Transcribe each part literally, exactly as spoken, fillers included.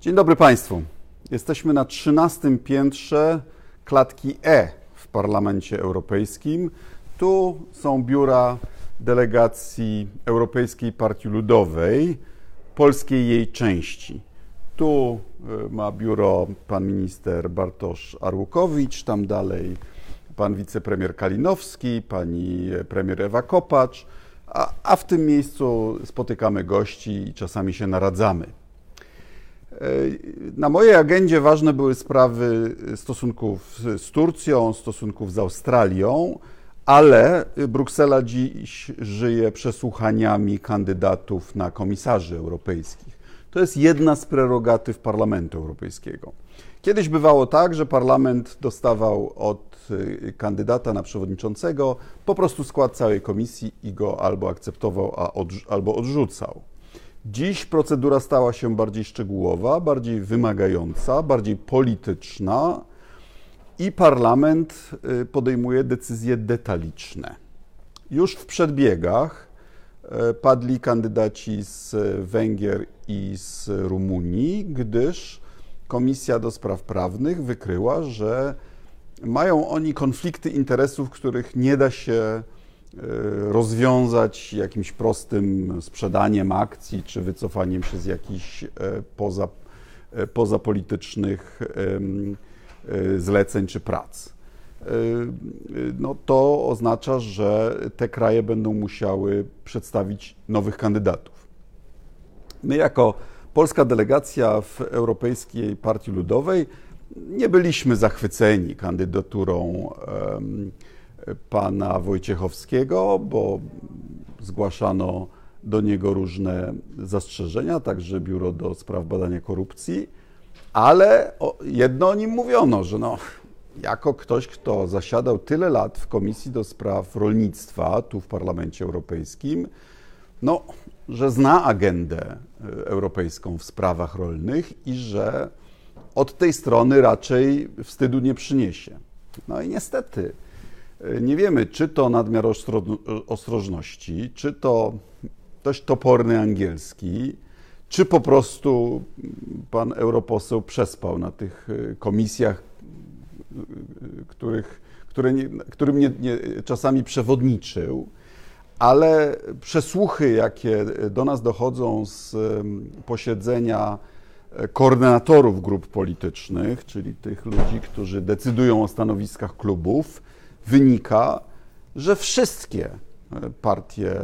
Dzień dobry Państwu. Jesteśmy na trzynastym piętrze klatki E w Parlamencie Europejskim. Tu są biura delegacji Europejskiej Partii Ludowej, polskiej jej części. Tu ma biuro pan minister Bartosz Arłukowicz, tam dalej pan wicepremier Kalinowski, pani premier Ewa Kopacz, a, a w tym miejscu spotykamy gości i czasami się naradzamy. Na mojej agendzie ważne były sprawy stosunków z Turcją, stosunków z Australią, ale Bruksela dziś żyje przesłuchaniami kandydatów na komisarzy europejskich. To jest jedna z prerogatyw Parlamentu Europejskiego. Kiedyś bywało tak, że Parlament dostawał od kandydata na przewodniczącego po prostu skład całej komisji i go albo akceptował, a odrzu- albo odrzucał. Dziś procedura stała się bardziej szczegółowa, bardziej wymagająca, bardziej polityczna i Parlament podejmuje decyzje detaliczne. Już w przedbiegach padli kandydaci z Węgier i z Rumunii, gdyż Komisja do Spraw Prawnych wykryła, że mają oni konflikty interesów, których nie da się rozwiązać jakimś prostym sprzedaniem akcji czy wycofaniem się z jakichś poza, pozapolitycznych zleceń czy prac. No to oznacza, że te kraje będą musiały przedstawić nowych kandydatów. My jako polska delegacja w Europejskiej Partii Ludowej nie byliśmy zachwyceni kandydaturą pana Wojciechowskiego, bo zgłaszano do niego różne zastrzeżenia, także Biuro do Spraw Badania Korupcji, ale jedno o nim mówiono, że no, jako ktoś, kto zasiadał tyle lat w Komisji do Spraw Rolnictwa tu w Parlamencie Europejskim, no, że zna agendę europejską w sprawach rolnych i że od tej strony raczej wstydu nie przyniesie. No i niestety nie wiemy, czy to nadmiar ostrożności, czy to dość toporny angielski, czy po prostu pan europoseł przespał na tych komisjach, których, które nie, którym nie, nie, czasami przewodniczył, ale przesłuchy, jakie do nas dochodzą z posiedzenia koordynatorów grup politycznych, czyli tych ludzi, którzy decydują o stanowiskach klubów, wynika, że wszystkie partie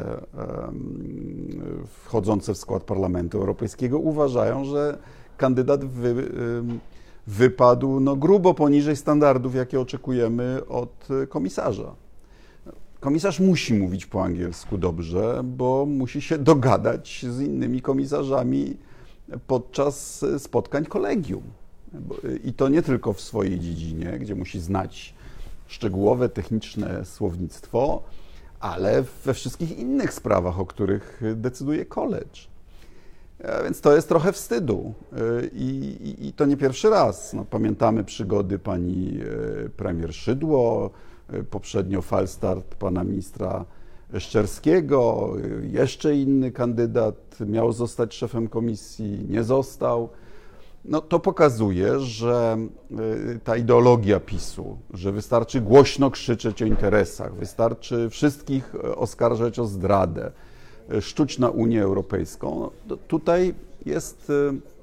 wchodzące w skład Parlamentu Europejskiego uważają, że kandydat wy, wypadł no, grubo poniżej standardów, jakie oczekujemy od komisarza. Komisarz musi mówić po angielsku dobrze, bo musi się dogadać z innymi komisarzami podczas spotkań kolegium. I to nie tylko w swojej dziedzinie, gdzie musi znać szczegółowe, techniczne słownictwo, ale we wszystkich innych sprawach, o których decyduje college. Więc to jest trochę wstydu i, i, i to nie pierwszy raz. No, pamiętamy przygody pani premier Szydło, poprzednio falstart pana ministra Szczerskiego, jeszcze inny kandydat miał zostać szefem komisji, nie został. No, to pokazuje, że ta ideologia PiSu, że wystarczy głośno krzyczeć o interesach, wystarczy wszystkich oskarżać o zdradę, szczuć na Unię Europejską, no, tutaj jest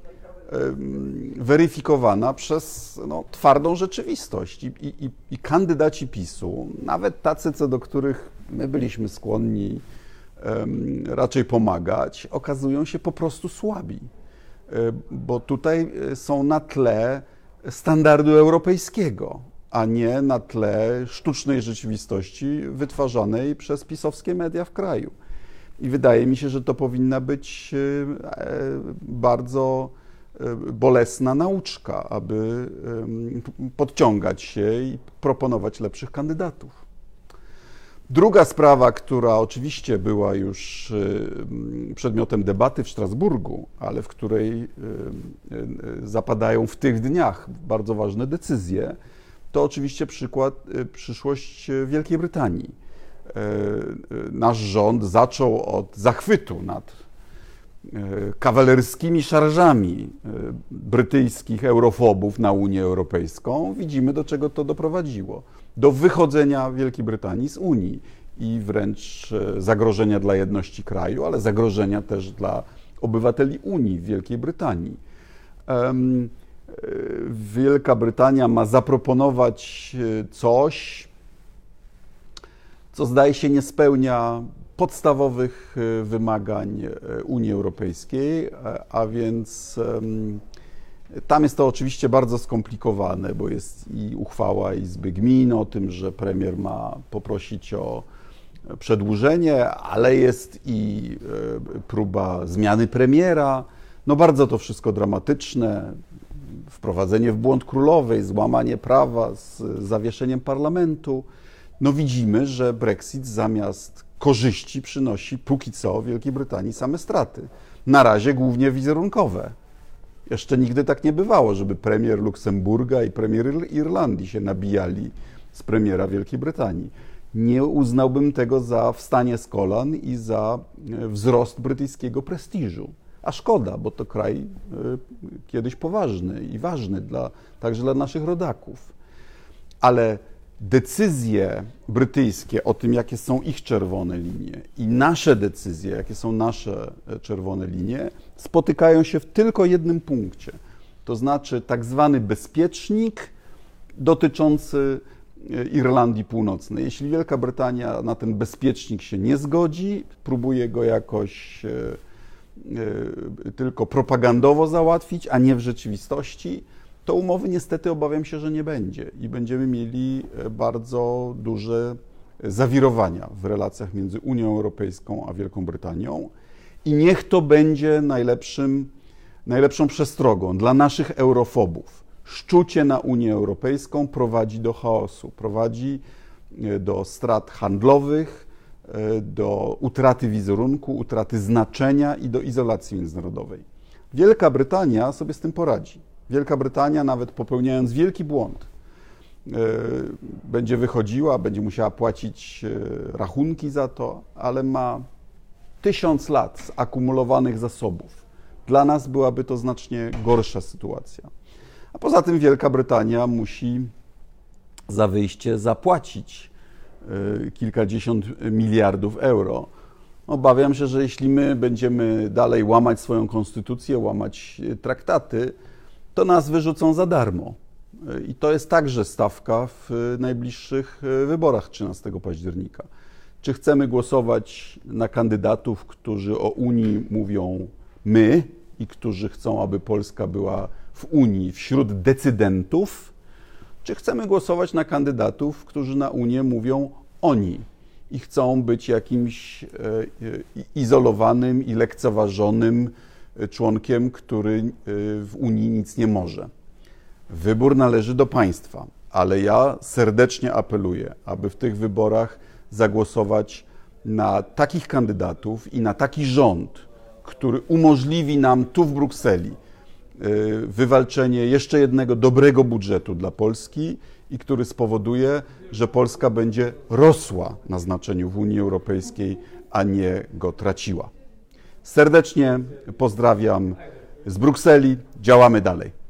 weryfikowana przez no, twardą rzeczywistość. I, i, i kandydaci PiSu, nawet tacy, co do których my byliśmy skłonni um, raczej pomagać, okazują się po prostu słabi. Bo tutaj są na tle standardu europejskiego, a nie na tle sztucznej rzeczywistości wytwarzanej przez pisowskie media w kraju. I wydaje mi się, że to powinna być bardzo bolesna nauczka, aby podciągać się i proponować lepszych kandydatów. Druga sprawa, która oczywiście była już przedmiotem debaty w Strasburgu, ale w której zapadają w tych dniach bardzo ważne decyzje, to oczywiście przykład, przyszłość Wielkiej Brytanii. Nasz rząd zaczął od zachwytu nad kawalerskimi szarżami brytyjskich eurofobów na Unię Europejską, widzimy, do czego to doprowadziło. Do wychodzenia Wielkiej Brytanii z Unii i wręcz zagrożenia dla jedności kraju, ale zagrożenia też dla obywateli Unii w Wielkiej Brytanii. Wielka Brytania ma zaproponować coś, co zdaje się nie spełnia podstawowych wymagań Unii Europejskiej, a więc tam jest to oczywiście bardzo skomplikowane, bo jest i uchwała Izby Gmin o tym, że premier ma poprosić o przedłużenie, ale jest i próba zmiany premiera. No bardzo to wszystko dramatyczne, wprowadzenie w błąd królowej, złamanie prawa z zawieszeniem parlamentu. No widzimy, że Brexit zamiast korzyści przynosi póki co Wielkiej Brytanii same straty. Na razie głównie wizerunkowe. Jeszcze nigdy tak nie bywało, żeby premier Luksemburga i premier Irlandii się nabijali z premiera Wielkiej Brytanii. Nie uznałbym tego za wstanie z kolan i za wzrost brytyjskiego prestiżu. A szkoda, bo to kraj kiedyś poważny i ważny dla, także dla naszych rodaków. Ale decyzje brytyjskie o tym, jakie są ich czerwone linie i nasze decyzje, jakie są nasze czerwone linie, spotykają się w tylko jednym punkcie. To znaczy tak zwany bezpiecznik dotyczący Irlandii Północnej. Jeśli Wielka Brytania na ten bezpiecznik się nie zgodzi, próbuje go jakoś tylko propagandowo załatwić, a nie w rzeczywistości, to umowy niestety obawiam się, że nie będzie i będziemy mieli bardzo duże zawirowania w relacjach między Unią Europejską a Wielką Brytanią i niech to będzie najlepszym, najlepszą przestrogą dla naszych eurofobów. Szczucie na Unię Europejską prowadzi do chaosu, prowadzi do strat handlowych, do utraty wizerunku, utraty znaczenia i do izolacji międzynarodowej. Wielka Brytania sobie z tym poradzi. Wielka Brytania, nawet popełniając wielki błąd, będzie wychodziła, będzie musiała płacić rachunki za to, ale ma tysiąc lat zakumulowanych zasobów. Dla nas byłaby to znacznie gorsza sytuacja. A poza tym Wielka Brytania musi za wyjście zapłacić kilkadziesiąt miliardów euro. Obawiam się, że jeśli my będziemy dalej łamać swoją konstytucję, łamać traktaty, to nas wyrzucą za darmo. I to jest także stawka w najbliższych wyborach trzynastego października. Czy chcemy głosować na kandydatów, którzy o Unii mówią my i którzy chcą, aby Polska była w Unii wśród decydentów, czy chcemy głosować na kandydatów, którzy na Unię mówią oni i chcą być jakimś izolowanym i lekceważonym członkiem, który w Unii nic nie może. Wybór należy do państwa, ale ja serdecznie apeluję, aby w tych wyborach zagłosować na takich kandydatów i na taki rząd, który umożliwi nam tu w Brukseli wywalczenie jeszcze jednego dobrego budżetu dla Polski i który spowoduje, że Polska będzie rosła na znaczeniu w Unii Europejskiej, a nie go traciła. Serdecznie pozdrawiam z Brukseli. Działamy dalej.